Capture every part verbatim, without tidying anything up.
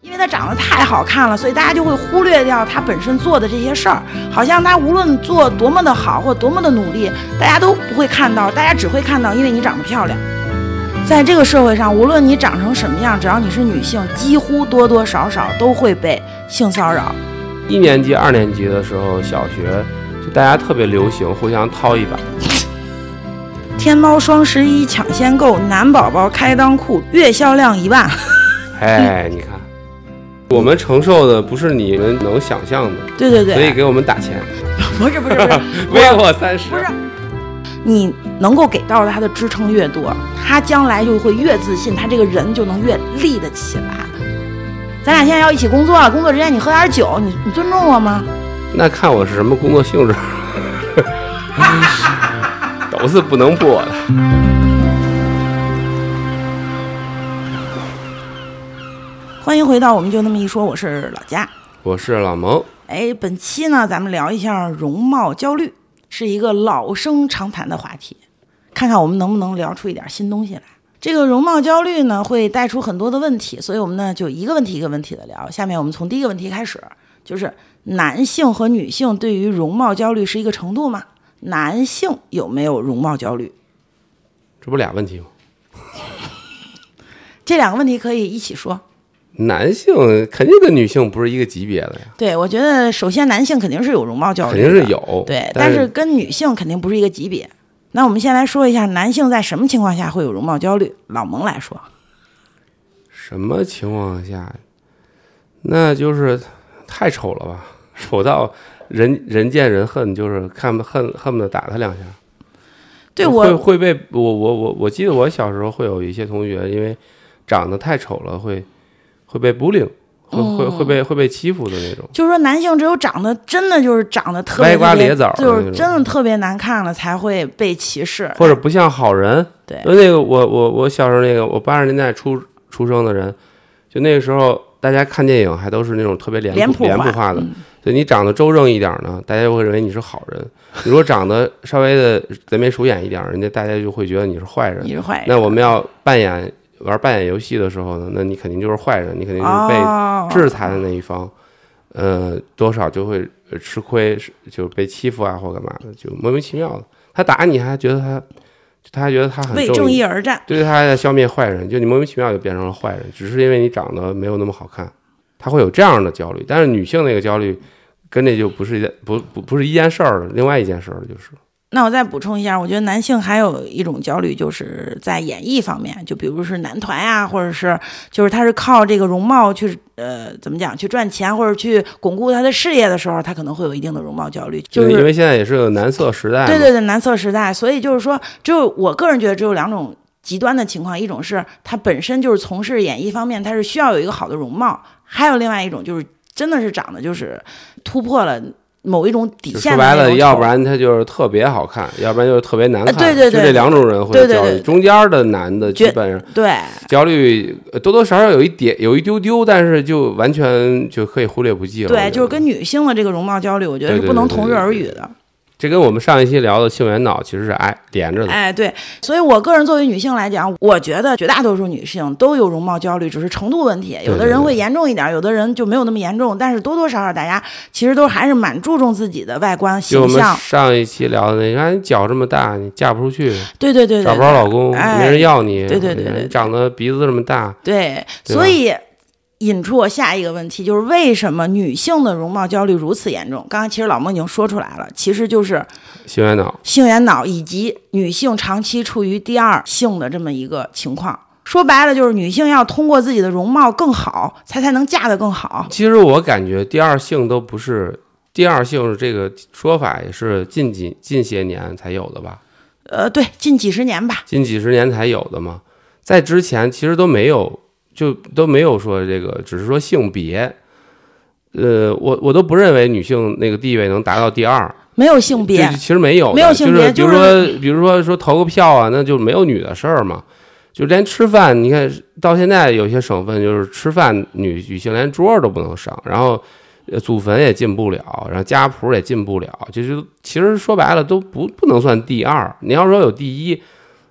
因为他长得太好看了，所以大家就会忽略掉他本身做的这些事儿，好像他无论做多么的好或多么的努力，大家都不会看到，大家只会看到因为你长得漂亮。在这个社会上，无论你长成什么样，只要你是女性，几乎多多少少都会被性骚扰。 一年级、二年级的时候，小学就大家特别流行互相掏一把。 天猫双十一抢先购，男宝宝开裆裤，月销量一万。 哎，你看，我们承受的不是你们能想象的。 对对对， 所以给我们打钱。 不是不是不是， 微我三十。 不是，你能够给到他的支撑越多，他将来就会越自信，他这个人就能越立得起来。咱俩现在要一起工作了，工作之前你喝点酒，你你尊重我吗？ 那看我是什么工作性质。都是不能播的。 欢迎回到我们就那么一说，我是老佳， 我是老蒙。 哎，本期呢咱们聊一下容貌焦虑，是一个老生常谈的话题，看看我们能不能聊出一点新东西来。这个容貌焦虑呢会带出很多的问题，所以我们呢就一个问题一个问题的聊。下面我们从第一个问题开始，就是男性和女性对于容貌焦虑是一个程度吗？男性有没有容貌焦虑？ 这不俩问题吗？ 这两个问题可以一起说。 男性肯定跟女性不是一个级别的呀。 对，我觉得首先男性肯定是有容貌焦虑的， 肯定是有。 对， 但 是, 但是跟女性肯定不是一个级别。那我们先来说一下男性在什么情况下会有容貌焦虑。老蒙来说。 什么情况下？那就是太丑了吧，丑到人人见人恨，就是看恨恨不得打他两下。 对，我会会被我我我我记得我小时候会有一些同学因为长得太丑了会会被 bullying， 会、嗯、会会被会被欺负的那种。 就是说男性只有长得真的就是长得特别歪瓜裂枣， 就是真的特别难看了才会被歧视， 或者不像好人。 对， 那个我我我小时候那个我八十年代出出生的人，就那个时候大家看电影还都是那种特别脸谱脸谱化的。嗯，所以你长得周正一点呢，大家就会认为你是好人；你如果长得稍微的贼眉鼠眼一点，人家大家就会觉得你是坏人。 你是坏人。 那我们要扮演玩扮演游戏的时候呢，那你肯定就是坏人，你肯定就是被制裁的那一方，哦、呃，多少就会吃亏，就被欺负啊或干嘛的，就莫名其妙的。他打你还觉得他，他还觉得他很为正义而战， 对，他还在消灭坏人，就你莫名其妙就变成了坏人，只是因为你长得没有那么好看。他会有这样的焦虑，但是女性那个焦虑跟这就不是一不不不是一件事儿了，另外一件事儿就是。 那我再补充一下，我觉得男性还有一种焦虑，就是在演艺方面，就比如是男团呀、啊，或者是就是他是靠这个容貌去呃怎么讲去赚钱或者去巩固他的事业的时候，他可能会有一定的容貌焦虑，就是因为现在也是个男色时代。 对对对，男色时代，所以就是说，只有我个人觉得只有两种极端的情况，一种是他本身就是从事演艺方面，他是需要有一个好的容貌，还有另外一种就是真的是长得就是突破了某一种底线的。说白了，要不然他就是特别好看，要不然就是特别难看。 对对对， 就这两种人会焦虑。 对对对对， 中间的男的基本上对焦虑多多少少有一点有一丢丢，但是就完全就可以忽略不计了。 对，就是跟女性的这个容貌焦虑，我觉得是不能同日而语的。 对对对对对，这跟我们上一期聊的性缘脑其实是哎连着的。 哎，对，所以我个人作为女性来讲，我觉得绝大多数女性都有容貌焦虑，只是程度问题。有的人会严重一点，有的人就没有那么严重，但是多多少少大家其实都还是蛮注重自己的外观形象。 就我们上一期聊的那，你看你脚这么大，你嫁不出去。 对对 对, 对, 对， 找不着老公， 哎、 没人要你。 对对对 对, 对， 你长得鼻子这么大。 对，所以引出我下一个问题，就是为什么女性的容貌焦虑如此严重？刚才其实老孟已经说出来了，其实就是性缘脑、 性缘脑以及女性长期处于第二性的这么一个情况。说白了，就是女性要通过自己的容貌更好，才才能嫁得更好。 其实我感觉第二性都不是第二性这个说法，也是近几近些年才有的吧？ 呃，对，近几十年吧， 近几十年才有的嘛。在之前其实都没有。就都没有说这个，只是说性别，呃，我我都不认为女性那个地位能达到第二， 没有性别， 其实没有， 没有性别， 就是比如说、就是、比如说说投个票啊，那就没有女的事儿嘛，就连吃饭，你看到现在有些省份就是吃饭女女性连桌都不能上，然后祖坟也进不了，然后家谱也进不了，就是其实说白了都不不能算第二，你要说有第一。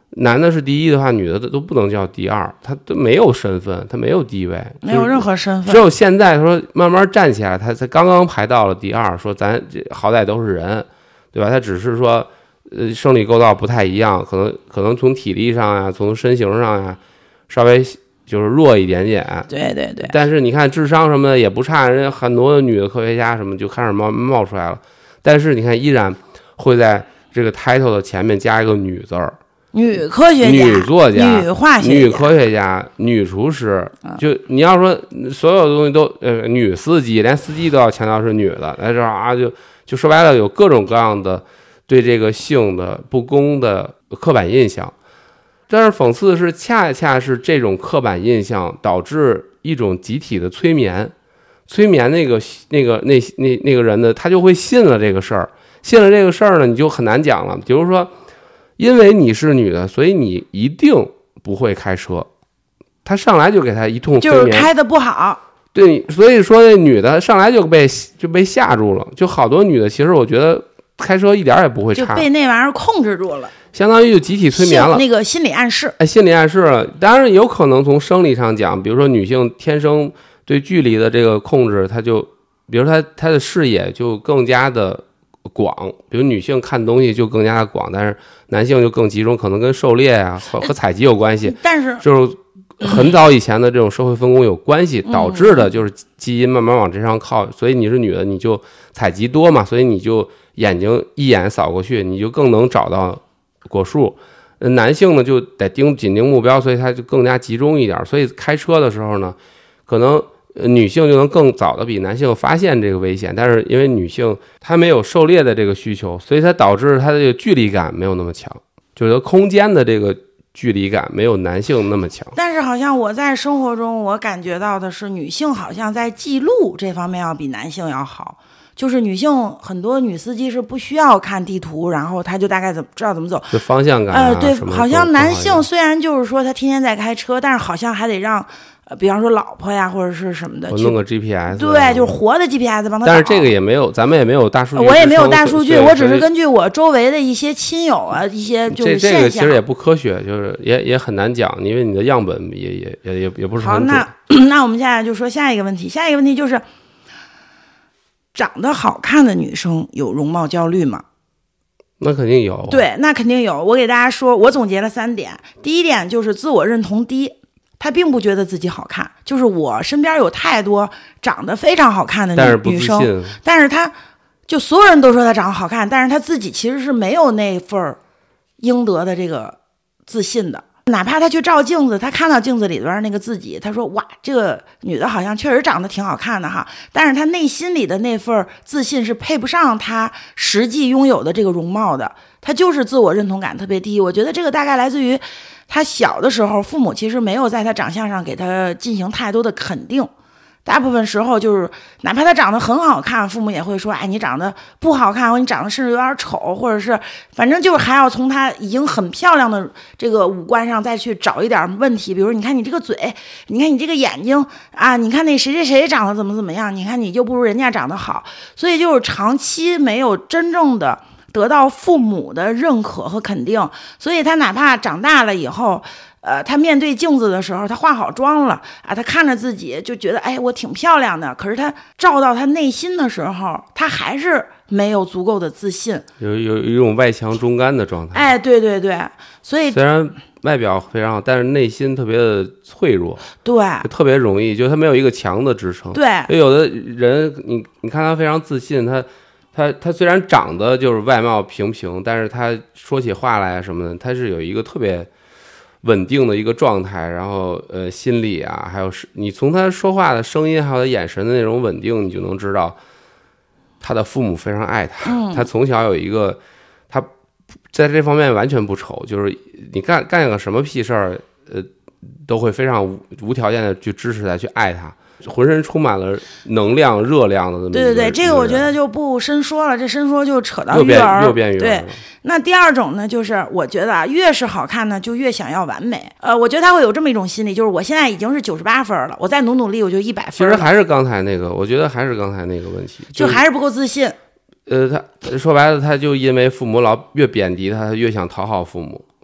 男的是第一的话，女的都不能叫第二，他都没有身份，他没有地位， 没有任何身份。 只有现在说慢慢站起来，他才刚刚排到了第二，说咱这好歹都是人，对吧？他只是说，呃，生理构造不太一样，可能可能从体力上呀，从身形上呀，稍微就是弱一点点。 对对对。 但是你看智商什么的也不差，人家很多女的科学家什么就开始冒冒出来了。但是你看，依然会在这个 title 的前面加一个女字儿。 女科学家、 女作家、 女化学家、 女科学家、女厨师，就你要说所有东西都呃，女司机，连司机都要强调是女的，在这儿啊，就就说白了，有各种各样的对这个性的不公的刻板印象。但是讽刺的是，恰恰是这种刻板印象导致一种集体的催眠，催眠那个那个那那那个人呢，他就会信了这个事儿，信了这个事儿呢，你就很难讲了。比如说。因为你是女的，所以你一定不会开车。他上来就给他一通催眠， 就是开的不好。 对，所以说那女的上来就被就被吓住了。就好多女的，其实我觉得开车一点也不会差， 就被那玩意儿控制住了， 相当于就集体催眠了。 那个心理暗示， 哎，心理暗示了。当然有可能从生理上讲，比如说女性天生对距离的这个控制，她就，比如她她的视野就更加的广，比如女性看东西就更加的广，但是男性就更集中，可能跟狩猎啊和和采集有关系。 但是就是很早以前的这种社会分工有关系，导致的就是基因慢慢往这上靠。所以你是女的，你就采集多嘛，所以你就眼睛一眼扫过去，你就更能找到果树。男性呢就得盯紧盯目标，所以他就更加集中一点。所以开车的时候呢，可能女性就能更早的比男性发现这个危险，但是因为女性她没有狩猎的这个需求，所以它导致她的这个距离感没有那么强，就是空间的这个距离感没有男性那么强。 但是好像我在生活中我感觉到的是，女性好像在记录这方面要比男性要好。就是女性很多女司机是不需要看地图，然后她就大概怎么知道怎么走， 就方向感、啊、 呃，对，好像男性虽然就是说他天天在开车，但是好像还得让。呃，比方说老婆呀，或者是什么的， 我弄个 G P S， 对，就是活的 G P S 帮他。 但是这个也没有，咱们也没有大数据， 我也没有大数据，我只是根据我周围的一些亲友啊，一些就是现象。 这这个其实也不科学，就是也也很难讲，因为你的样本也也也也也不是很准。 好，那那我们现在就说下一个问题，下一个问题就是，长得好看的女生有容貌焦虑吗？ 那肯定有。 对，那肯定有。我给大家说，我总结了三点。第一点就是自我认同低。她并不觉得自己好看，就是我身边有太多长得非常好看的 女, 但是女生，但是她就所有人都说她长得好看，但是她自己其实是没有那份应得的这个自信的。哪怕她去照镜子，她看到镜子里边那个自己，她说哇，这个女的好像确实长得挺好看的哈，但是她内心里的那份自信是配不上她实际拥有的这个容貌的，她就是自我认同感特别低。我觉得这个大概来自于他小的时候，父母其实没有在他长相上给他进行太多的肯定，大部分时候就是哪怕他长得很好看，父母也会说，哎，你长得不好看，或者你长得甚至有点丑，或者是反正就是还要从他已经很漂亮的这个五官上再去找一点问题，比如你看你这个嘴，你看你这个眼睛啊，你看那谁谁谁长得怎么怎么样，你看你就不如人家长得好，所以就是长期没有真正的得到父母的认可和肯定，所以他哪怕长大了以后，呃，他面对镜子的时候，他化好妆了啊，他看着自己就觉得，哎，我挺漂亮的。可是他照到他内心的时候，他还是没有足够的自信， 有有一种外强中干的状态。 哎，对对对，所以虽然外表非常好，但是内心特别的脆弱， 对， 特别容易，就他没有一个强的支撑。 对， 有的人，你你看他非常自信，他。他他虽然长得就是外貌平平，但是他说起话来什么的，他是有一个特别稳定的一个状态，然后呃心理啊，还有是你从他说话的声音还有他眼神的那种稳定，你就能知道他的父母非常爱他。嗯、他从小有一个，他在这方面完全不愁，就是你干干个什么屁事儿，呃，都会非常无无条件的去支持他，去爱他。浑身充满了能量、热量的那么。 对对对，这个我觉得就不深说了，这深说就扯到育儿，又变育儿。 对，那第二种呢，就是我觉得啊，越是好看呢，就越想要完美。呃，我觉得他会有这么一种心理，就是我现在已经是九十八分了，我再努努力，我就一百分。 其实还是刚才那个，我觉得还是刚才那个问题， 就还是不够自信。 呃，他说白了，他就因为父母老越贬低他，他越想讨好父母。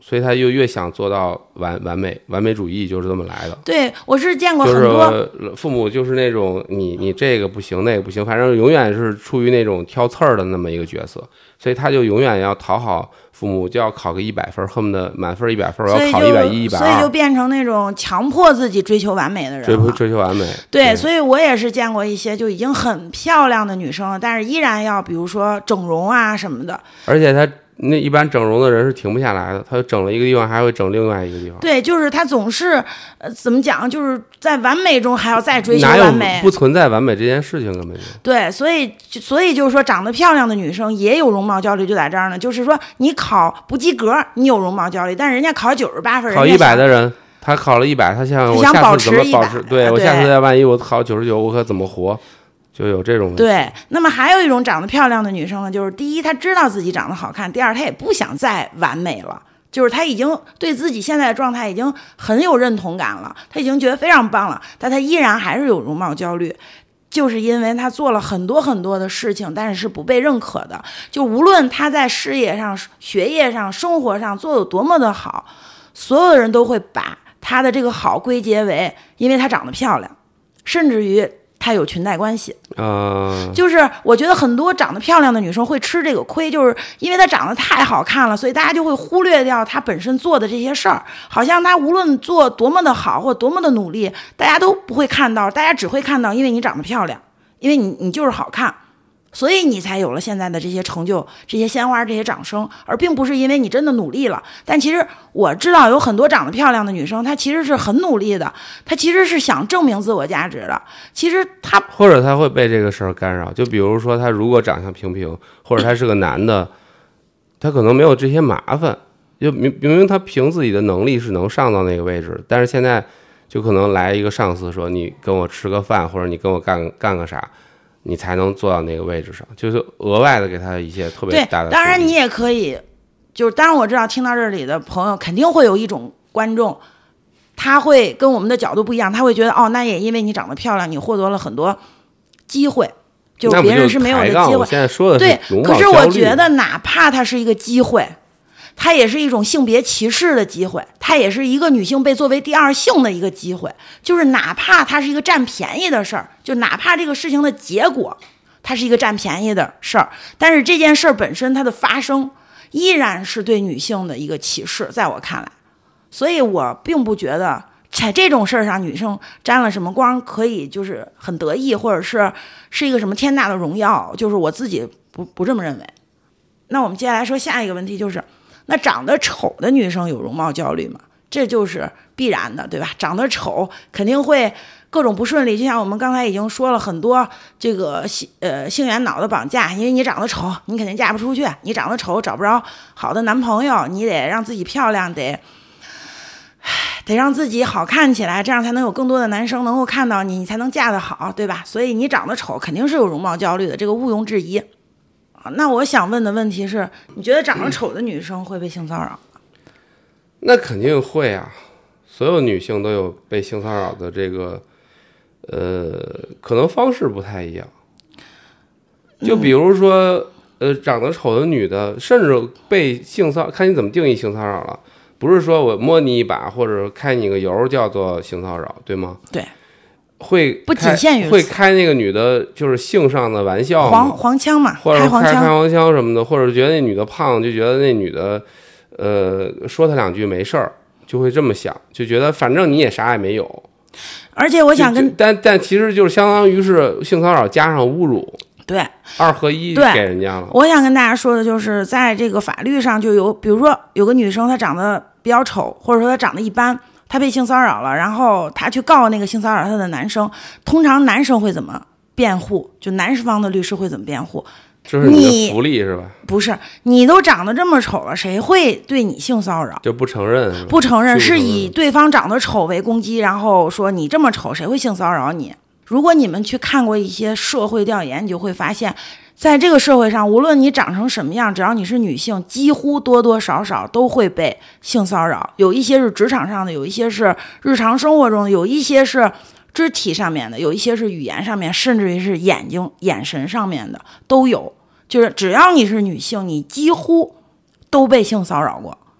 所以他又越想做到完完美，完美主义就是这么来的。 对，我是见过很多、 就是、父母就是那种你你这个不行那个不行，反正永远是出于那种挑刺儿的那么一个角色，所以他就永远要讨好父母，就要考个一百分，恨不得满分一百分，我要考一百一、一百二， 所以就变成那种强迫自己追求完美的人了， 追追求完美。 对，对，所以我也是见过一些就已经很漂亮的女生了，但是依然要比如说整容啊什么的， 而且她。那一般整容的人是停不下来的，他整了一个地方还会整另外一个地方。 对，就是他总是呃怎么讲，就是在完美中还要再追求完美， 哪有不存在完美这件事情根本就。 对，所以所以就是说，长得漂亮的女生也有容貌焦虑，就在这儿呢。就是说，你考不及格，你有容貌焦虑，但是人家考九十八分， 考一百的人，他考了一百，他想我下次怎么保持？对，我下次再万一我考九十九，我可怎么活？就有这种。 对，那么还有一种长得漂亮的女生呢，就是第一她知道自己长得好看，第二她也不想再完美了，就是她已经对自己现在的状态已经很有认同感了，她已经觉得非常棒了，但她依然还是有容貌焦虑，就是因为她做了很多很多的事情，但是是不被认可的，就无论她在事业上、学业上、生活上做得有多么的好，所有人都会把她的这个好归结为因为她长得漂亮，甚至于她有裙带关系。 呃， 就是我觉得很多长得漂亮的女生会吃这个亏，就是因为她长得太好看了，所以大家就会忽略掉她本身做的这些事儿，好像她无论做多么的好或多么的努力，大家都不会看到，大家只会看到因为你长得漂亮，因为你你就是好看，所以你才有了现在的这些成就，这些鲜花，这些掌声，而并不是因为你真的努力了。但其实我知道有很多长得漂亮的女生，她其实是很努力的，她其实是想证明自我价值的。其实她或者她会被这个事儿干扰，就比如说她如果长相平平，或者她是个男的，她可能没有这些麻烦，就明明明她凭自己的能力是能上到那个位置，但是现在就可能来一个上司说你跟我吃个饭，或者你跟我干干个啥，你才能做到那个位置上，就是额外的给他一些特别大的。 对，当然你也可以，就是当然我知道听到这里的朋友肯定会有一种观众，他会跟我们的角度不一样，他会觉得哦，那也因为你长得漂亮，你获得了很多机会，就别人是没有的机会。 现在说的是对，可是我觉得哪怕它是一个机会，它也是一种性别歧视的机会，它也是一个女性被作为第二性的一个机会，就是哪怕它是一个占便宜的事儿，就哪怕这个事情的结果它是一个占便宜的事儿，但是这件事儿本身它的发生依然是对女性的一个歧视，在我看来。所以我并不觉得在这种事儿上女生沾了什么光可以就是很得意，或者是是一个什么天大的荣耀，就是我自己不不这么认为。那我们接下来说下一个问题，就是那长得丑的女生有容貌焦虑吗？这就是必然的，对吧？长得丑肯定会各种不顺利，就像我们刚才已经说了很多这个呃性缘脑的绑架，因为你长得丑，你肯定嫁不出去，你长得丑找不着好的男朋友，你得让自己漂亮，得得让自己好看起来，这样才能有更多的男生能够看到你，你才能嫁得好，对吧？所以你长得丑肯定是有容貌焦虑的，这个毋庸置疑。那我想问的问题是，你觉得长得丑的女生会被性骚扰吗？ 那肯定会啊，所有女性都有被性骚扰的这个，呃，可能方式不太一样。就比如说，呃，长得丑的女的，甚至被性骚扰，看你怎么定义性骚扰了。不是说我摸你一把或者开你个油叫做性骚扰，对吗？ 对。 会不仅限于会开那个女的就是性上的玩笑， 黄黄腔嘛， 或者开黄腔开黄腔什么的，或者觉得那女的胖，就觉得那女的呃说她两句没事儿，就会这么想，就觉得反正你也啥也没有。 而且我想跟但但其实就是相当于是性骚扰加上侮辱， 对， 二合一给人家了。 我想跟大家说的就是，在这个法律上就有，比如说有个女生她长得比较丑，或者说她长得一般，她被性骚扰了，然后她去告那个性骚扰她的男生，通常男生会怎么辩护？就男方的律师会怎么辩护？ 这是你的福利是吧？ 不是，你都长得这么丑了，谁会对你性骚扰？ 就不承认， 不承认， 不承认是以对方长得丑为攻击，然后说你这么丑，谁会性骚扰你？如果你们去看过一些社会调研，你就会发现，在这个社会上，无论你长成什么样，只要你是女性，几乎多多少少都会被性骚扰。有一些是职场上的，有一些是日常生活中的，有一些是肢体上面的，有一些是语言上面，甚至于是眼睛、眼神上面的都有。就是只要你是女性，你几乎都被性骚扰过。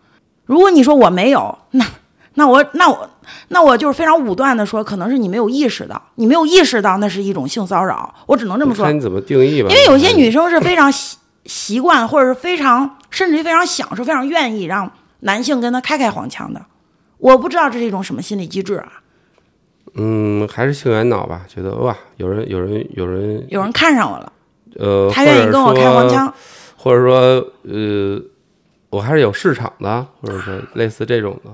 如果你说我没有，那那我那我那我就是非常武断的说，可能是你没有意识到，你没有意识到那是一种性骚扰，我只能这么说。 看你怎么定义吧。 因为有些女生是非常习习惯，或者是非常甚至于非常享受、非常愿意让男性跟她开开黄腔的。我不知道这是一种什么心理机制啊。 嗯，还是性缘脑吧，觉得哇，有人有人有人有人看上我了， 呃， 他愿意跟我开黄腔， 或者说呃，我还是有市场的，或者说类似这种的。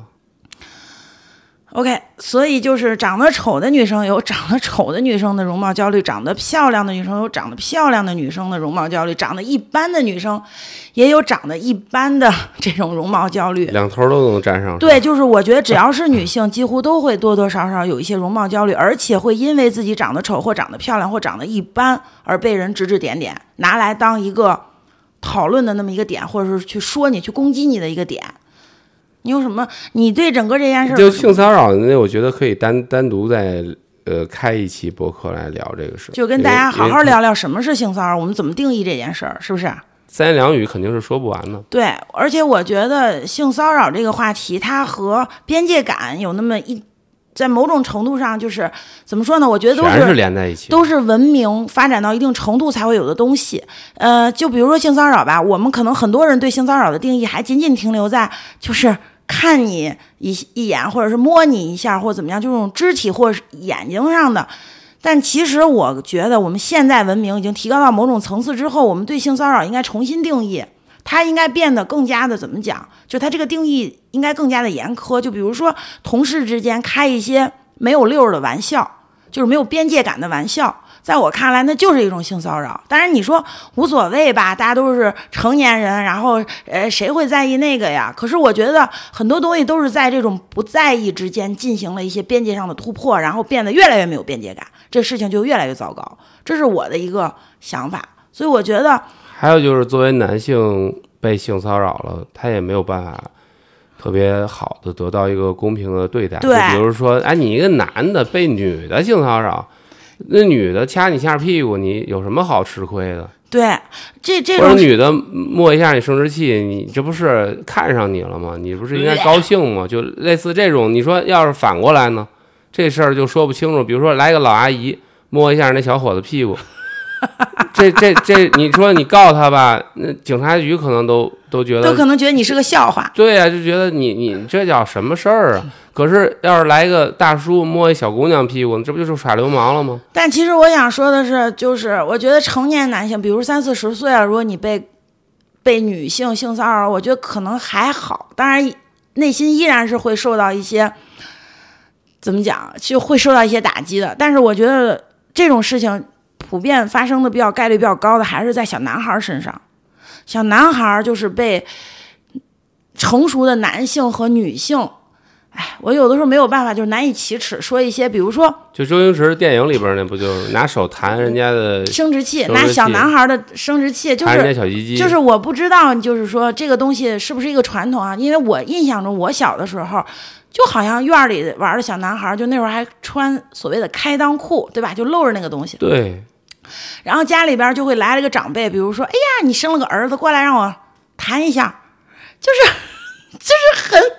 OK， 所以就是长得丑的女生有长得丑的女生的容貌焦虑，长得漂亮的女生有长得漂亮的女生的容貌焦虑，长得一般的女生也有长得一般的这种容貌焦虑， 两头都能沾上。 对，就是我觉得只要是女性，几乎都会多多少少有一些容貌焦虑，而且会因为自己长得丑或长得漂亮或长得一般而被人指指点点，拿来当一个讨论的那么一个点，或者是去说你、去攻击你的一个点。你有什么？你对整个这件事就性骚扰那，我觉得可以单单独再呃开一期博客来聊这个事， 就跟大家好好聊聊什么是性骚扰，我们怎么定义这件事儿，是不是？ 三言两语肯定是说不完的。 对，而且我觉得性骚扰这个话题，它和边界感有那么一，在某种程度上就是怎么说呢？我觉得都是全是连在一起， 都是文明发展到一定程度才会有的东西。呃，就比如说性骚扰吧，我们可能很多人对性骚扰的定义还仅仅停留在就是看你一一眼，或者是摸你一下，或者怎么样，就这种肢体或者是眼睛上的。但其实我觉得我们现在文明已经提高到某种层次之后，我们对性骚扰应该重新定义，它应该变得更加的怎么讲，就它这个定义应该更加的严苛。就比如说同事之间开一些没有溜的玩笑，就是没有边界感的玩笑，在我看来那就是一种性骚扰。当然你说无所谓吧，大家都是成年人，然后呃谁会在意那个呀？可是我觉得很多东西都是在这种不在意之间进行了一些边界上的突破，然后变得越来越没有边界感，这事情就越来越糟糕。这是我的一个想法。所以我觉得还有就是作为男性被性骚扰了，他也没有办法特别好的得到一个公平的对待。 对， 就比如说哎，你一个男的被女的性骚扰，那女的掐你下屁股，你有什么好吃亏的？ 对，这这种或者女的摸一下你生殖器，你这不是看上你了吗？你不是应该高兴吗？就类似这种，你说要是反过来呢，这事儿就说不清楚。比如说来个老阿姨摸一下那小伙子屁股，这这这，你说你告他吧，那警察局可能都都觉得， 都可能觉得你是个笑话。 对呀、啊，就觉得你你这叫什么事儿啊？可是要是来一个大叔摸一小姑娘屁股，这不就是耍流氓了吗？ 但其实我想说的是，就是我觉得成年男性，比如三四十岁了，如果你被被女性性骚扰，我觉得可能还好，当然内心依然是会受到一些怎么讲，就会受到一些打击的。但是我觉得这种事情普遍发生的比较概率比较高的，还是在小男孩身上。小男孩就是被成熟的男性和女性。哎，我有的时候没有办法，就是难以启齿，说一些，比如说， 就周星驰电影里边那不就是拿手弹人家的生殖器，拿小男孩的生殖器，就是弹人家小鸡鸡， 就是我不知道，就是说这个东西是不是一个传统啊？因为我印象中，我小的时候，就好像院里玩的小男孩，就那会儿还穿所谓的开裆裤，对吧？就露着那个东西。 对。 然后家里边就会来了一个长辈，比如说，哎呀，你生了个儿子，过来让我弹一下，就是就是很。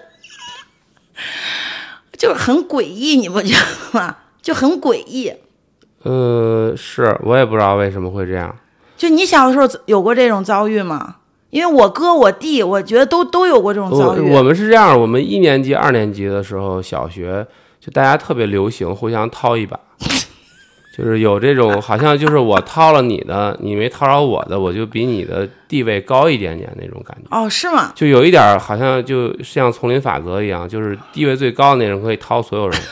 就是很诡异，你不觉得吗？就很诡异。 呃，是我也不知道为什么会这样。 就你小的时候有过这种遭遇吗？因为我哥我弟，我觉得都都有过这种遭遇。 我, 我们是这样，我们一年级、二年级的时候，小学就大家特别流行互相掏一把，就是有这种好像就是我掏了你的，你没掏着我的，我就比你的地位高一点点那种感觉。 哦，是吗？ 就有一点好像就像丛林法则一样，就是地位最高的那人可以掏所有人。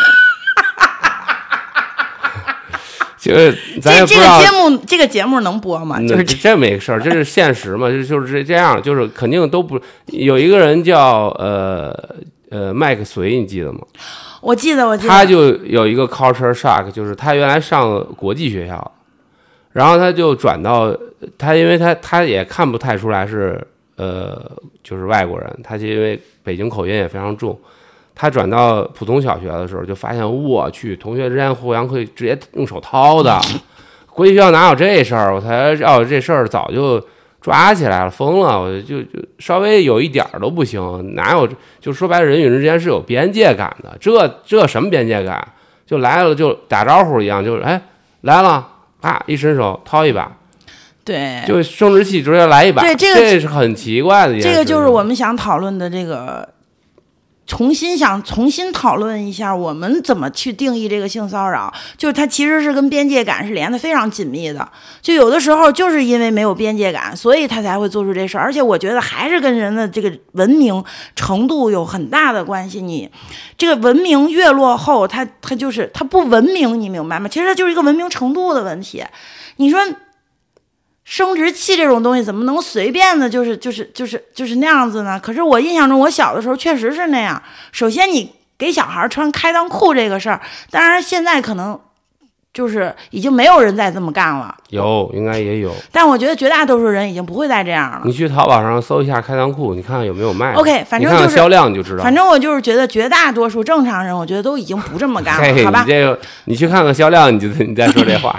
就是咱也不知道这个节目这个节目能播吗？就是这这没事儿，这是现实嘛，就就是这样，就是肯定都不有一个人叫呃呃麦克隋，你记得吗？ 我记得，我记得， 他就有一个 culture shock， 就是他原来上国际学校，然后他就转到他，因为他他也看不太出来是呃就是外国人，他就因为北京口音也非常重。他转到普通小学的时候，就发现我去，同学之间互相可以直接用手掏的，国际学校哪有这事儿？我才要这事儿早就抓起来了，疯了，我就就稍微有一点都不行，哪有？就说白了，人与人之间是有边界感的，这这什么边界感？就来了就打招呼一样，就是哎来了，啪一伸手掏一把， 对， 就生殖器直接来一把， 对，这个这是很奇怪的一件事。 这个就是我们想讨论的这个。重新想重新讨论一下，我们怎么去定义这个性骚扰？就是它其实是跟边界感是连得非常紧密的。就有的时候就是因为没有边界感，所以他才会做出这事儿。而且我觉得还是跟人的这个文明程度有很大的关系。你这个文明越落后，它它就是它不文明，你明白吗？其实它就是一个文明程度的问题。你说。生殖器这种东西怎么能随便的，就是就是就是就是那样子呢？可是我印象中，我小的时候确实是那样。首先，你给小孩穿开裆裤这个事儿，当然现在可能就是已经没有人再这么干了。 有，应该也有。 但我觉得绝大多数人已经不会再这样了。 你去淘宝上搜一下开裆裤，你看看有没有卖。 OK， 反正就是你看看销量你就知道。 反正我就是觉得绝大多数正常人，我觉得都已经不这么干了，好吧？ 你这个，你去看看销量，你就你再说这话。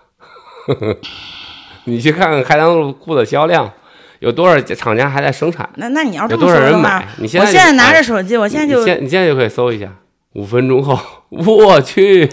你去看看开裆裤的销量，有多少厂家还在生产？ 那那你要这么说的话，有多少人买？你现在我现在拿着手机，我现在就你现你现在就可以搜一下，五分钟后，我去！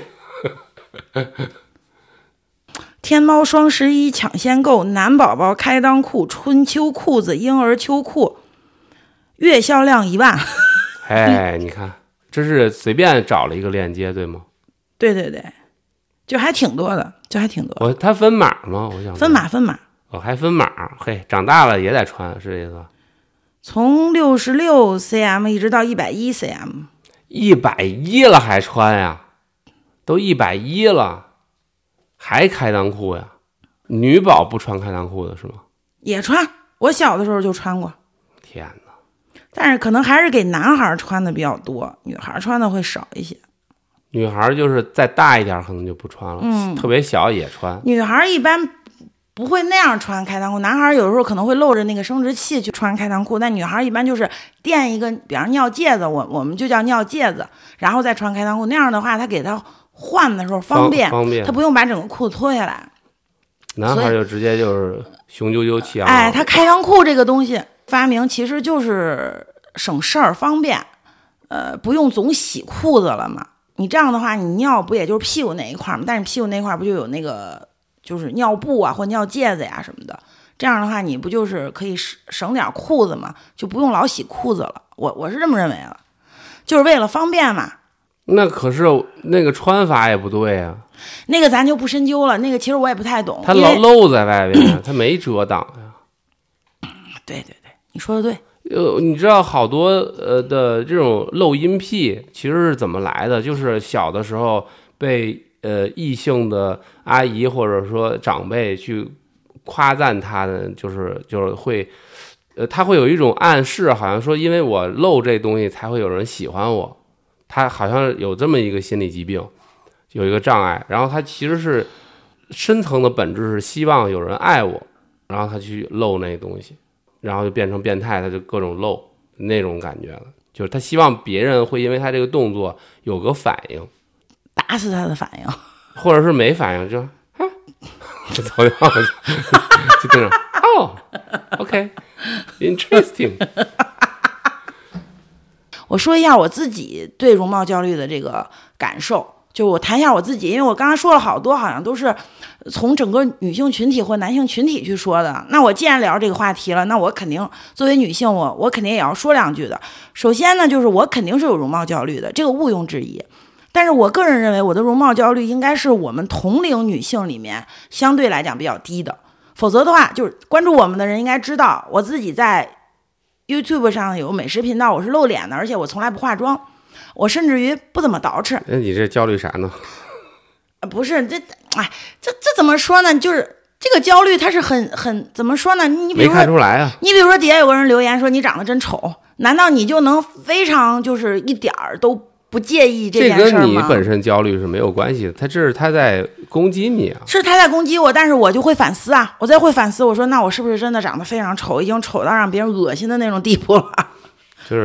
天猫双十一抢先购男宝宝开裆裤、春秋裤子、婴儿秋裤，月销量一万。 哎，你看，这是随便找了一个链接，对吗？ 对对对。就还挺多的，就还挺多的。 我它分码吗？我想分码分码。 哦，还分码，嘿，长大了也得穿，是这意思？ 从六十六 cm 一直到一百一 cm， 一百一了还穿呀？都一百一了，还开裆裤呀？女宝不穿开裆裤的是吗？ 也穿，我小的时候就穿过。 天哪！ 但是可能还是给男孩穿的比较多，女孩穿的会少一些。 女孩就是再大一点可能就不穿了， 嗯， 特别小也穿。 女孩一般不会那样穿开裆裤，男孩有时候可能会露着那个生殖器去穿开裆裤，但女孩一般就是垫一个，比方尿介子，我我们就叫尿介子，然后再穿开裆裤。那样的话，他给他换的时候方便， 方便， 他不用把整个裤子脱下来。 男孩就直接就是雄赳赳气昂。 哎，他开裆裤这个东西发明其实就是省事儿、方便，呃，不用总洗裤子了嘛。你这样的话，你尿不也就是屁股那一块吗？但是屁股那块不就有那个就是尿布啊或尿介子呀什么的？这样的话，你不就是可以省点裤子嘛？就不用老洗裤子了。我我是这么认为的，就是为了方便嘛。 那可是那个穿法也不对啊。 那个咱就不深究了，那个其实我也不太懂。 它老露在外边，它没遮挡呀。 对对对，你说的对。 呃，你知道好多呃的这种露阴癖其实是怎么来的？就是小的时候被呃异性的阿姨或者说长辈去夸赞他的，就是就是会呃他会有一种暗示，好像说因为我露这东西才会有人喜欢我，他好像有这么一个心理疾病，有一个障碍，然后他其实是深层的本质是希望有人爱我，然后他去露那东西。然后就变成变态，他就各种露那种感觉了，就是他希望别人会因为他这个动作有个反应， 打死他的反应， 或者是没反应就啊，就走掉了，就这种哦 ，OK， interesting。 我说一下我自己对容貌焦虑的这个感受，就我谈一下我自己，因为我刚刚说了好多，好像都是从整个女性群体或男性群体去说的。那我既然聊这个话题了，那我肯定作为女性，我我肯定也要说两句的。首先呢，就是我肯定是有容貌焦虑的，这个毋庸置疑。但是我个人认为，我的容貌焦虑应该是我们同龄女性里面相对来讲比较低的。否则的话，就是关注我们的人应该知道，我自己在 YouTube 上有美食频道，我是露脸的，而且我从来不化妆，我甚至于不怎么捯饬。 那你这焦虑啥呢？ 不是这，哎，这这怎么说呢？就是这个焦虑，它是很很怎么说呢？你比如说， 没看出来啊。 你比如说底下有个人留言说你长得真丑，难道你就能非常就是一点儿都不介意这件事吗？ 这跟你本身焦虑是没有关系的，他这是他在攻击你啊。 是他在攻击我，但是我就会反思啊，我再会反思，我说那我是不是真的长得非常丑，已经丑到让别人恶心的那种地步了？ 就是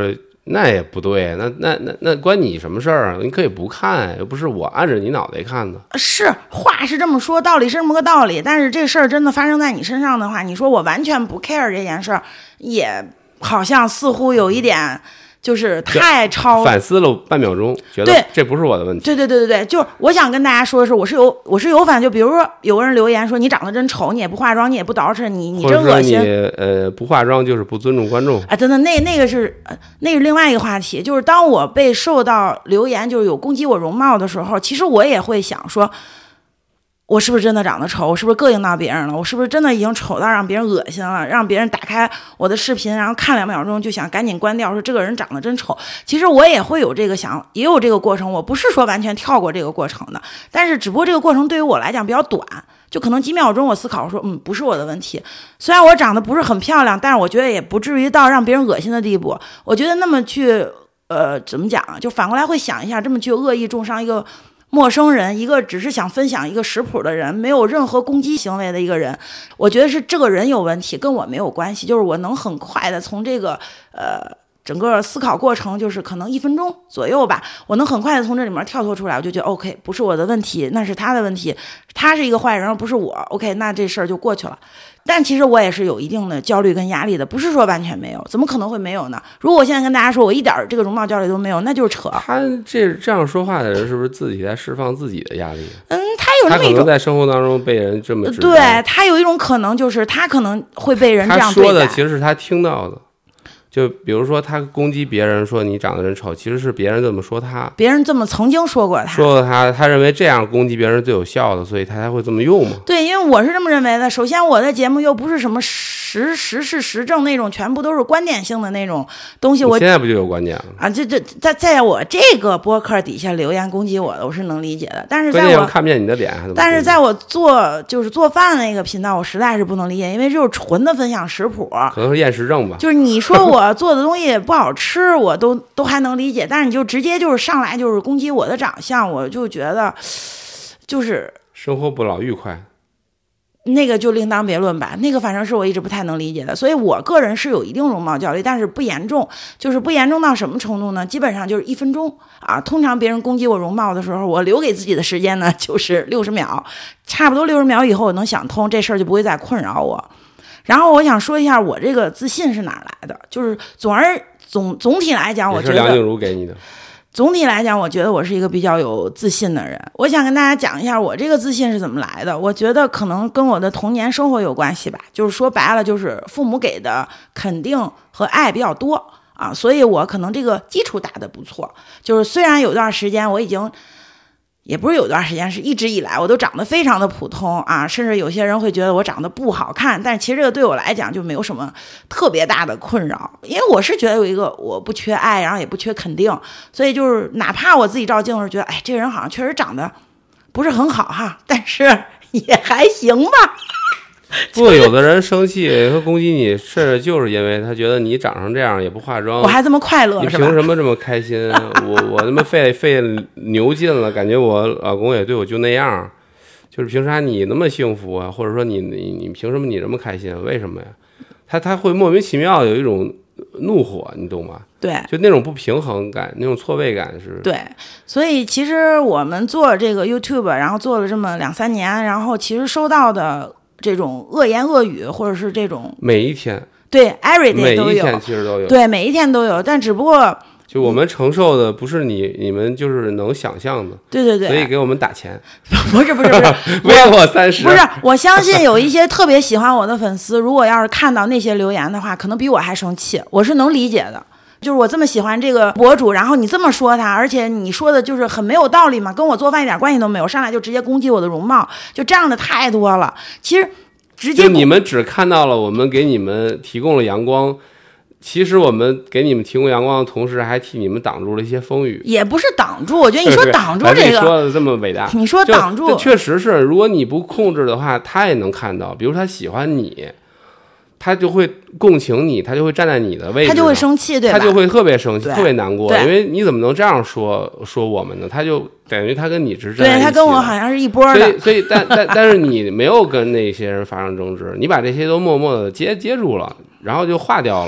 那也不对，那那那那关你什么事儿啊？你可以不看，又不是我按着你脑袋看的。 是话是这么说，道理是这么个道理，但是这事儿真的发生在你身上的话，你说我完全不 care 这件事儿，也好像似乎有一点。就是太超反思了半秒钟，觉得这不是我的问题。 对对对对对，就是我想跟大家说的是，我是有我是有反，就比如说有个人留言说你长得真丑，你也不化妆，你也不捯饬，你你真恶心。 或者你呃不化妆就是不尊重观众啊！真的，那那个是呃那是另外一个话题。就是当我被受到留言就是有攻击我容貌的时候，其实我也会想说。我是不是真的长得丑？我是不是膈应到别人了？我是不是真的已经丑到让别人恶心了？让别人打开我的视频，然后看两秒钟就想赶紧关掉，说这个人长得真丑。其实我也会有这个想，也有这个过程。我不是说完全跳过这个过程的，但是只不过这个过程对于我来讲比较短，就可能几秒钟我思考说，嗯，不是我的问题。虽然我长得不是很漂亮，但是我觉得也不至于到让别人恶心的地步。我觉得那么去，呃，怎么讲啊？就反过来会想一下，这么去恶意重伤一个。陌生人，一个只是想分享一个食谱的人，没有任何攻击行为的一个人，我觉得是这个人有问题，跟我没有关系。就是我能很快的从这个呃整个思考过程，就是可能一分钟左右吧，我能很快的从这里面跳脱出来，我就觉得 OK， 不是我的问题，那是他的问题，他是一个坏人，而不是我。OK， 那这事儿就过去了。但其实我也是有一定的焦虑跟压力的，不是说完全没有，怎么可能会没有呢？如果我现在跟大家说我一点这个容貌焦虑都没有，那就是扯。 他这这样说话的人是不是自己在释放自己的压力？ 嗯，他有这么一种， 他可能在生活当中被人这么指对他有一种可能，就是他可能会被人这样对待。他说的其实是他听到的。就比如说他攻击别人说你长得真丑，其实是别人这么说他， 别人这么曾经说过他， 说过他，他认为这样攻击别人是最有效的，所以他才会这么用嘛。 对，因为我是这么认为的。首先我的节目又不是什么时时事时政那种，全部都是观点性的那种东西。我现在不就有观点了啊？这这在在我这个播客底下留言攻击我的，我是能理解的。但是在我看不见你的脸， 但是在我做就是做饭那个频道，我实在是不能理解，因为就是纯的分享食谱， 可能是厌食症吧。 就是你说我做的东西不好吃，我都都还能理解，但是你就直接就是上来就是攻击我的长相，我就觉得就是生活不老愉快。 那个就另当别论吧，那个反正是我一直不太能理解的，所以我个人是有一定容貌焦虑，但是不严重，就是不严重到什么程度呢？基本上就是一分钟啊。通常别人攻击我容貌的时候，我留给自己的时间呢就是六十秒，差不多六十秒以后我能想通，这事儿就不会再困扰我。然后我想说一下我这个自信是哪来的，就是总而总总体来讲，我觉得也是梁静茹给你的。 总体来讲，我觉得我是一个比较有自信的人。我想跟大家讲一下我这个自信是怎么来的。我觉得可能跟我的童年生活有关系吧，就是说白了，就是父母给的肯定和爱比较多啊，所以我可能这个基础打得不错。就是虽然有段时间我已经。也不是有段时间，是一直以来我都长得非常的普通啊，甚至有些人会觉得我长得不好看，但其实这个对我来讲就没有什么特别大的困扰，因为我是觉得有一个我不缺爱，然后也不缺肯定，所以就是哪怕我自己照镜子觉得，哎，这个人好像确实长得不是很好哈，但是也还行吧。 不，有的人生气和攻击你，是就是因为他觉得你长成这样也不化妆， 我还这么快乐， 你凭什么这么开心？我我他妈费费牛劲了，感觉我老公也对我就那样，就是凭啥你那么幸福啊？或者说你你你凭什么你这么开心？为什么呀？他他会莫名其妙有一种怒火，你懂吗？ 对， 就那种不平衡感，那种错位感是。 对，所以其实我们做这个 YouTube， 然后做了这么两三年，然后其实收到的。这种恶言恶语，或者是这种每一天， 对 every day 都有， 每一天其实都有， 对，每一天都有，但只不过就我们承受的不是你你们就是能想象的， 对对对， 所以给我们打钱， 不是不是不是， 为我三十， 不是，我相信有一些特别喜欢我的粉丝，如果要是看到那些留言的话，可能比我还生气，我是能理解的。就是我这么喜欢这个博主，然后你这么说他，而且你说的就是很没有道理嘛，跟我做饭一点关系都没有，上来就直接攻击我的容貌，就这样的太多了。其实直接就你们只看到了我们给你们提供了阳光，其实我们给你们提供阳光的同时，还替你们挡住了一些风雨。 也不是挡住，我觉得你说挡住这个， 你说的这么伟大， 你说挡住， 确实是，如果你不控制的话，他也能看到，比如他喜欢你。他就会共情你，他就会站在你的位置， 他就会生气，对吧？ 他就会特别生气，特别难过， 因为你怎么能这样说说我们呢？他就等于他跟你只站在一起， 对他跟我好像是一波的，所以所以但但但是你没有跟那些人发生争执，你把这些都默默的接接住了，然后就化掉了。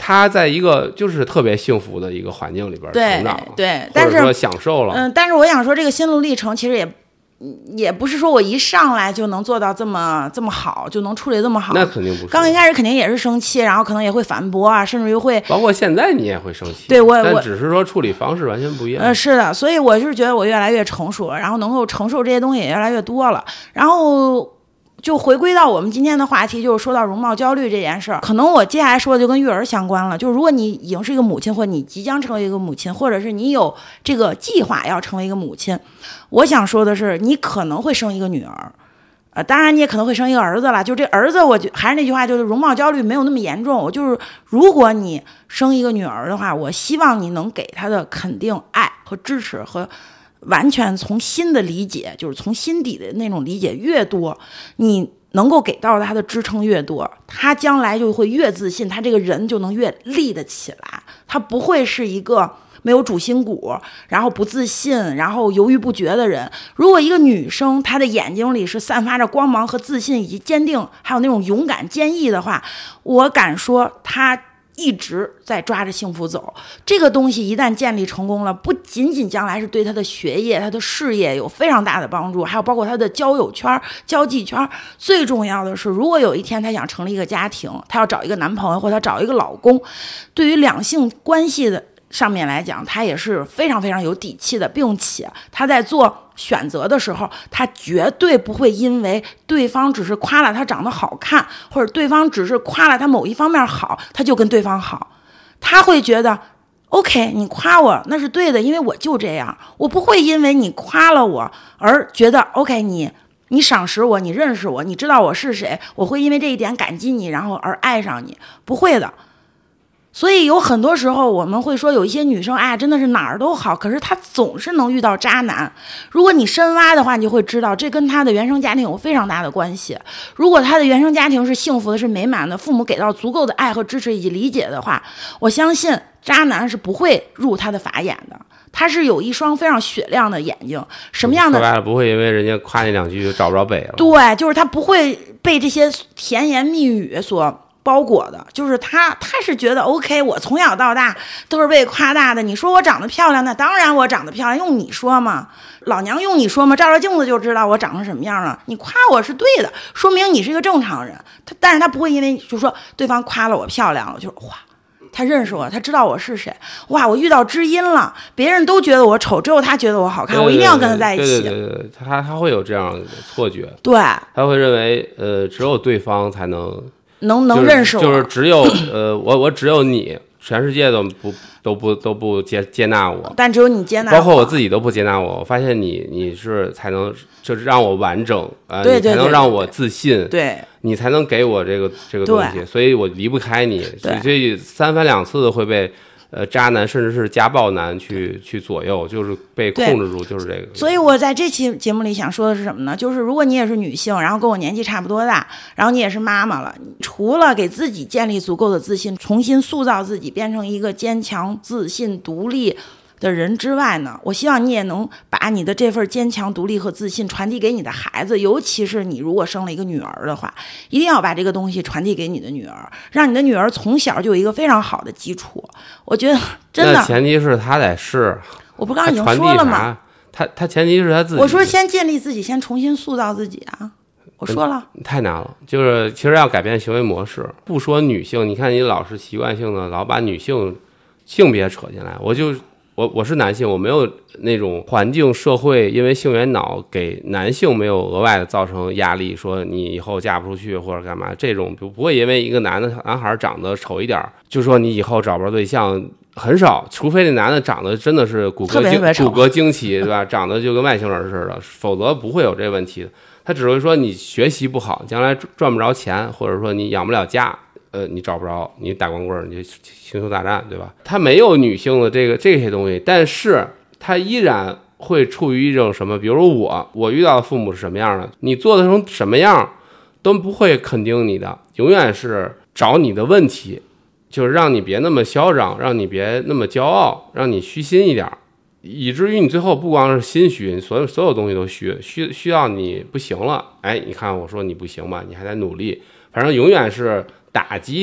他在一个就是特别幸福的一个环境里边成长了， 对对，但是或者说享受了。 嗯，但是我想说，这个心路历程其实也。也不是说我一上来就能做到这么这么好，就能处理这么好。 那肯定不是。 刚一开始肯定也是生气，然后可能也会反驳啊，甚至于会。 包括现在你也会生气。 对我， 但只是说处理方式完全不一样。 呃，是的，所以我就是觉得我越来越成熟了，然后能够承受这些东西也越来越多了，然后。就回归到我们今天的话题，就是说到容貌焦虑这件事儿，可能我接下来说的就跟育儿相关了。就是如果你已经是一个母亲，或者你即将成为一个母亲，或者是你有这个计划要成为一个母亲，我想说的是，你可能会生一个女儿，呃，当然你也可能会生一个儿子了。就这儿子，我就还是那句话，就是容貌焦虑没有那么严重。我就是如果你生一个女儿的话，我希望你能给她的肯定、爱和支持和。完全从心的理解，就是从心底的那种理解越多，你能够给到他的支撑越多，他将来就会越自信，他这个人就能越立得起来，他不会是一个没有主心骨，然后不自信，然后犹豫不决的人。如果一个女生她的眼睛里是散发着光芒和自信以及坚定，还有那种勇敢坚毅的话，我敢说她一直在抓着幸福走。这个东西一旦建立成功了，不仅仅将来是对他的学业、他的事业有非常大的帮助，还有包括他的交友圈、交际圈。最重要的是，如果有一天他想成立一个家庭，他要找一个男朋友或者他找一个老公，对于两性关系的上面来讲，他也是非常非常有底气的，并且他在做选择的时候，他绝对不会因为对方只是夸了他长得好看，或者对方只是夸了他某一方面好，他就跟对方好。他会觉得 OK， 你夸我那是对的，因为我就这样。我不会因为你夸了我而觉得 OK， 你你赏识我，你认识我，你知道我是谁，我会因为这一点感激你，然后而爱上你，不会的。所以有很多时候我们会说有一些女生哎，真的是哪儿都好，可是她总是能遇到渣男。如果你深挖的话，你就会知道这跟她的原生家庭有非常大的关系。如果她的原生家庭是幸福的，是美满的，父母给到足够的爱和支持以及理解的话，我相信渣男是不会入她的法眼的。他是有一双非常雪亮的眼睛，什么样的？ 说白了，不会因为人家夸你两句就找不着北了。 对，就是他不会被这些甜言蜜语所包裹的，就是他他是觉得 OK， 我从小到大都是被夸大的。你说我长得漂亮，那当然我长得漂亮，用你说吗？老娘用你说吗？照照镜子就知道我长成什么样了。你夸我是对的，说明你是一个正常人。他但是他不会因为就说对方夸了我漂亮了，就是哇，他认识我，他知道我是谁，哇，我遇到知音了，别人都觉得我丑，只有他觉得我好看， 对对对， 我一定要跟他在一起。 对对对对，他他会有这样的错觉， 对， 他会认为呃，只有对方才能。 能能认识我， 就是只有呃，我我只有你，全世界都不都不都不接接纳我， 但只有你接纳我， 包括我自己都不接纳我。我发现你你是才能就是让我完整啊、呃， 对对对对， 你才能让我自信， 对， 你才能给我这个这个东西，所以我离不开你，所以三番两次的会被。呃，渣男甚至是家暴男去去左右，就是被控制住，就是这个。 所以我在这期节目里想说的是什么呢？就是如果你也是女性，然后跟我年纪差不多大，然后你也是妈妈了，除了给自己建立足够的自信，重新塑造自己，变成一个坚强、自信、独立的人之外呢，我希望你也能把你的这份坚强、独立和自信传递给你的孩子，尤其是你如果生了一个女儿的话，一定要把这个东西传递给你的女儿，让你的女儿从小就有一个非常好的基础。我觉得真的， 那前提是她得是， 我不刚才已经说了吗？ 他他前提是他自己。 我说先建立自己，先重新塑造自己啊！我说了， 嗯、太难了。就是其实要改变行为模式，不说女性，你看你老是习惯性的老把女性性别扯进来，我就。我我是男性，我没有那种环境社会因为性缘脑给男性没有额外的造成压力，说你以后嫁不出去或者干嘛，这种不会因为一个男的男孩长得丑一点就说你以后找不着对象，很少，除非那男的长得真的是骨骼惊骨骼惊奇，对吧？长得就跟外星人似的，否则不会有这问题的。他只会说你学习不好，将来赚不着钱，或者说你养不了家。呃，你找不着，你打光棍，你就星球大战，对吧？他没有女性的这个这些东西，但是他依然会处于一种什么？比如我，我遇到的父母是什么样的？你做的成什么样，都不会肯定你的，永远是找你的问题，就是让你别那么嚣张，让你别那么骄傲，让你虚心一点，以至于你最后不光是心虚，你所有所有东西都虚，虚虚到你不行了。哎，你看我说你不行吧，你还在努力，反正永远是。打击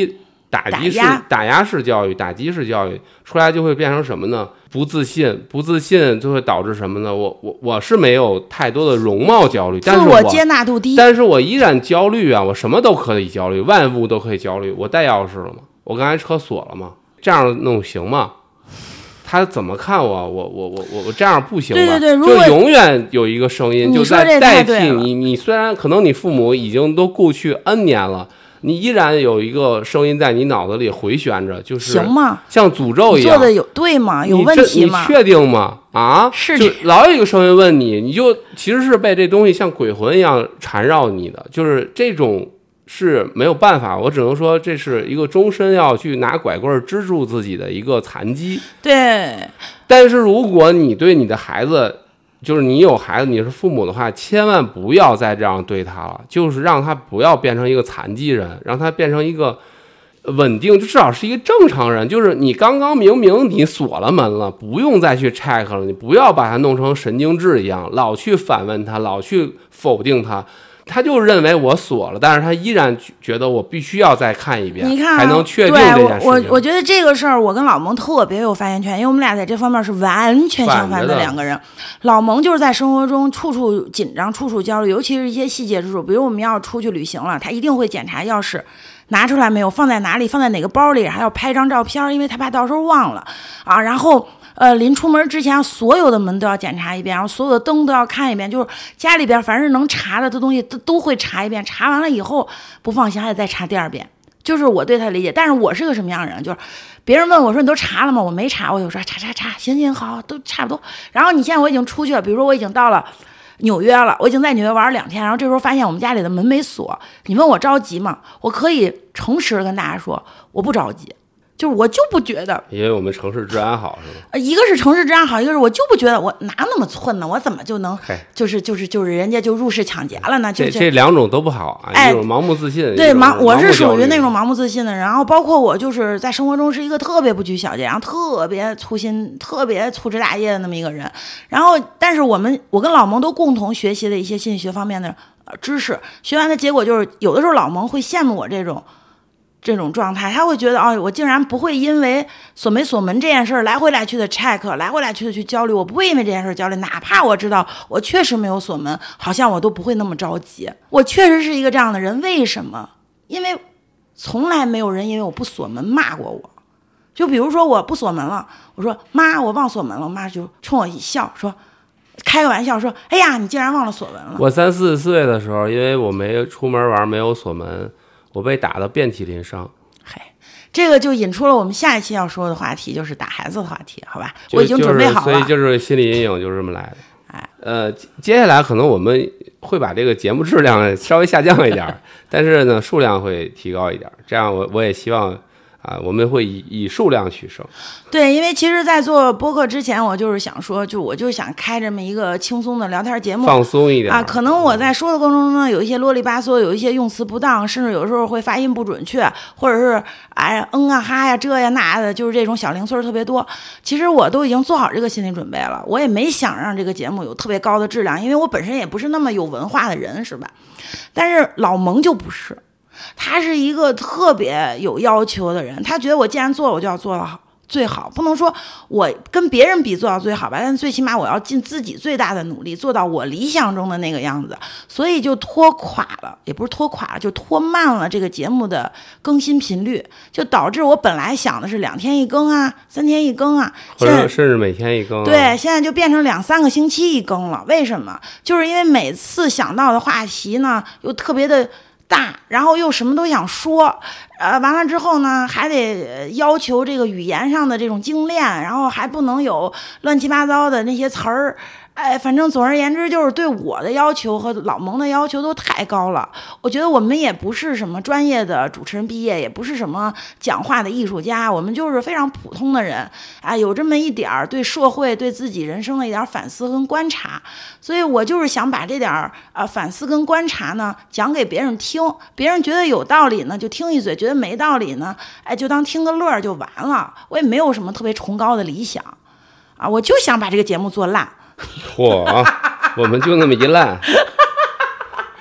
打击式打压式教育，打击式教育出来就会变成什么呢？不自信，不自信就会导致什么呢？我我我是没有太多的容貌焦虑，但是我自我接纳度低， 但是我依然焦虑啊！我什么都可以焦虑，万物都可以焦虑。我带钥匙了吗？我刚才车锁了吗？这样弄行吗？他怎么看我？我我我我我这样不行吧？ 对对对， 就永远有一个声音就在代替你。你虽然可能你父母已经都故去 N 年了。你依然有一个声音在你脑子里回旋着，就是行吗？ 像诅咒一样， 做的有对吗？有问题吗？ 你确定吗？啊， 是就老有一个声音问你，你就其实是被这东西像鬼魂一样缠绕你的，就是这种是没有办法，我只能说这是一个终身要去拿拐棍支住自己的一个残疾。 对， 但是如果你对你的孩子，就是你有孩子，你是父母的话，千万不要再这样对他了，就是让他不要变成一个残疾人，让他变成一个稳定，就至少是一个正常人。就是你刚刚明明你锁了门了，不用再去 check 了，你不要把他弄成神经质一样，老去反问他，老去否定他。他就认为我锁了，但是他依然觉得我必须要再看一遍， 你看、啊、 才能确定这件事情。 我我我觉得这个事儿，我跟老蒙特别有发言权，因为我们俩在这方面是完全相反的两个人。老蒙就是在生活中处处紧张，处处焦虑，尤其是一些细节之处，比如我们要出去旅行了，他一定会检查钥匙拿出来没有，放在哪里，放在哪个包里，还要拍张照片，因为他怕到时候忘了啊。然后呃，临出门之前，所有的门都要检查一遍，然后所有的灯都要看一遍，就是家里边凡是能查的的东西都都会查一遍，查完了以后不放心还得再查第二遍，就是我对他理解。但是我是个什么样的人，就是别人问我说你都查了吗？我没查，我就说查查查，行行好，都差不多。然后你现在我已经出去了，比如说我已经到了纽约了，我已经在纽约玩了两天，然后这时候发现我们家里的门没锁，你问我着急吗？我可以诚实的跟大家说，我不着急。就是我就不觉得， 因为我们城市治安好，是吧？ 一个是城市治安好，一个是我就不觉得我哪那么寸呢？我怎么就能就是就是就是人家就入室抢劫了呢？就这这两种都不好啊！ 哎， 一种盲目自信， 对盲，我是属于那种盲目自信的人。然后包括我就是在生活中是一个特别不拘小节，然后特别粗心、特别粗枝大叶的那么一个人。然后，但是我们我跟老蒙都共同学习的一些心理学方面的呃知识，学完的结果就是有的时候老蒙会羡慕我这种。这种状态，他会觉得哦，我竟然不会因为锁没锁门这件事儿来回来去的 check， 来回来去的去焦虑，我不会因为这件事焦虑，哪怕我知道我确实没有锁门，好像我都不会那么着急。我确实是一个这样的人，为什么？因为从来没有人因为我不锁门骂过我。就比如说我不锁门了，我说妈，我忘锁门了，我妈就冲我一笑，说开个玩笑说，哎呀，你竟然忘了锁门了。 我三四岁的时候，因为我没出门玩，没有锁门。我被打得遍体鳞伤， 嘿，这个就引出了我们下一期要说的话题，就是打孩子的话题，好吧？我已经准备好了， 所以就是心理阴影就是这么来的。 哎， 呃，接下来可能我们会把这个节目质量稍微下降一点，但是呢，数量会提高一点。这样我我也希望。啊，我们会以以数量取胜。 对，因为其实在做播客之前，我就是想说，就我就想开这么一个轻松的聊天节目， 放松一点啊。可能我在说的过程中呢，有一些啰里吧嗦，有一些用词不当，甚至有时候会发音不准确，或者是哎嗯啊哈呀这呀那的，就是这种小零碎特别多。其实我都已经做好这个心理准备了，我也没想让这个节目有特别高的质量，因为我本身也不是那么有文化的人，是吧？但是老蒙就不是。他是一个特别有要求的人，他觉得我既然做了，我就要做到好最好，不能说我跟别人比做到最好吧，但最起码我要尽自己最大的努力，做到我理想中的那个样子，所以就拖垮了，也不是拖垮了，就拖慢了这个节目的更新频率，就导致我本来想的是两天一更啊，三天一更啊， 或者甚至每天一更、啊， 对，现在就变成两三个星期一更了。为什么？就是因为每次想到的话题呢，又特别的大，然后又什么都想说，呃，完了之后呢，还得要求这个语言上的这种精炼，然后还不能有乱七八糟的那些词儿，哎，反正总而言之，就是对我的要求和老蒙的要求都太高了。我觉得我们也不是什么专业的主持人毕业，也不是什么讲话的艺术家，我们就是非常普通的人，啊，有这么一点儿对社会、对自己人生的一点反思跟观察。所以我就是想把这点儿啊、呃、反思跟观察呢讲给别人听，别人觉得有道理呢就听一嘴，觉得没道理呢，哎，就当听个乐就完了。我也没有什么特别崇高的理想啊，我就想把这个节目做烂。 嚯，我们就那么一烂，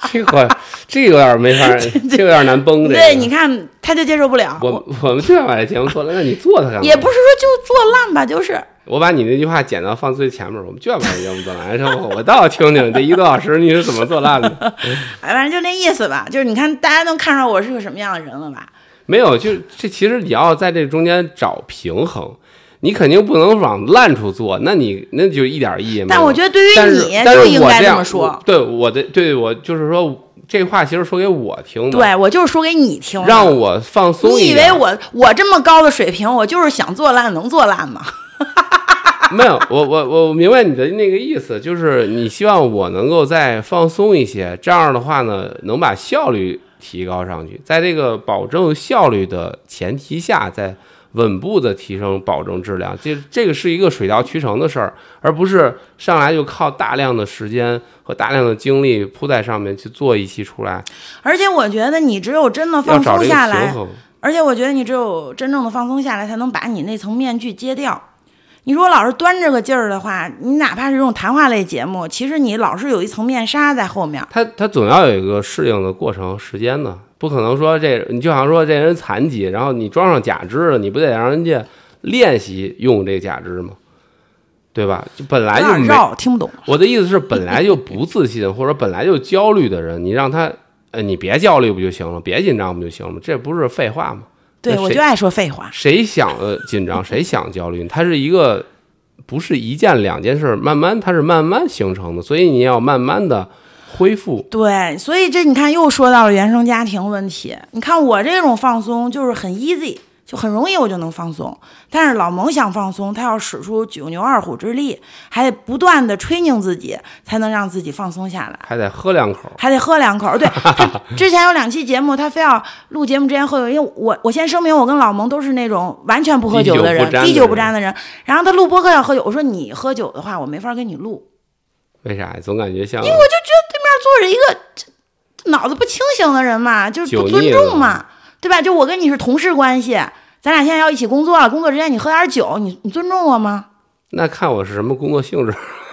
这个这个有点没法，这个有点难崩。这个、 对，你看他就接受不了。 我我们就要把这节目做了，那你做它干嘛？ 也不是说就做烂吧，就是我把你那句话剪到放最前面，我们就要把这节目做烂。然后我倒要听听这一个多小时你是怎么做烂的。 哎，反正就那意思吧，就是你看大家能看出来我是个什么样的人了吧？ 没有，就这其实你要在这中间找平衡。你肯定不能往烂处做，那你那就一点意义没有。 但我觉得对于你就应该这么说。 对我的，对我就是说，这话其实说给我听的。 对我就是说给你听的， 让我放松一点。 你以为我我这么高的水平，我就是想做烂能做烂吗？ 没有，我我我明白你的那个意思，就是你希望我能够再放松一些，这样的话呢，能把效率提高上去，在这个保证效率的前提下，再稳步的提升，保证质量。这这个是一个水到渠成的事儿，而不是上来就靠大量的时间和大量的精力扑在上面去做一期出来。 而且我觉得你只有真的放松下来，而且我觉得你只有真正的放松下来，才能把你那层面具揭掉。你如果老是端着个劲儿的话，你哪怕是这种谈话类节目，其实你老是有一层面纱在后面。 他他总要有一个适应的过程时间呢，不可能说这你就好像说这人残疾，然后你装上假肢了，你不得让人家练习用这假肢吗？对吧？就本来就没绕听不懂。 我的意思是，本来就不自信或者本来就焦虑的人，你让他呃你别焦虑不就行了，别紧张不就行了？这不是废话吗？ 对，我就爱说废话。 谁想呃紧张，谁想焦虑？它是一个不是一件两件事，慢慢它是慢慢形成的，所以你要慢慢的恢复。 对，所以这你看又说到了原生家庭问题。你看我这种放松就是很 easy， 就很容易我就能放松。但是老蒙想放松，他要使出九牛二虎之力，还得不断的吹拧自己，才能让自己放松下来。 还得喝两口， 还得喝两口。对，他之前有两期节目，他非要录节目之前喝酒，因为我我先声明，我跟老蒙都是那种完全不喝酒的人，滴酒不沾的人。然后他录播客要喝酒，我说你喝酒的话，我没法跟你录。 为啥？总感觉像， 因为我就觉得对面坐着一个脑子不清醒的人嘛，就是不尊重嘛，对吧？就我跟你是同事关系。咱俩现在要一起工作了，工作之前你喝点酒，你你尊重我吗？ 那看我是什么工作性质，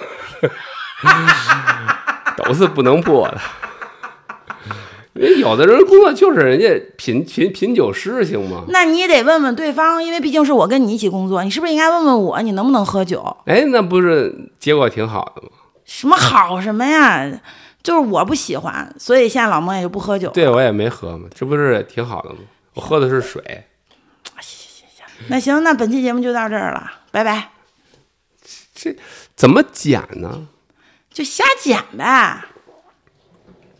都是不能播的。因为有的人工作就是人家品品品酒师，行吗？ 那你也得问问对方，因为毕竟是我跟你一起工作，你是不是应该问问我，你能不能喝酒？ 哎，那不是结果挺好的吗？ 什么好什么呀？就是我不喜欢，所以现在老蒙也就不喝酒。 对，我也没喝嘛，这不是挺好的吗？我喝的是水。 那行，那本期节目就到这儿了，拜拜。 这怎么剪呢？ 就瞎剪呗。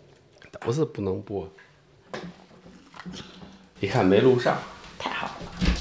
都是不能播。一看没录上， 太好了。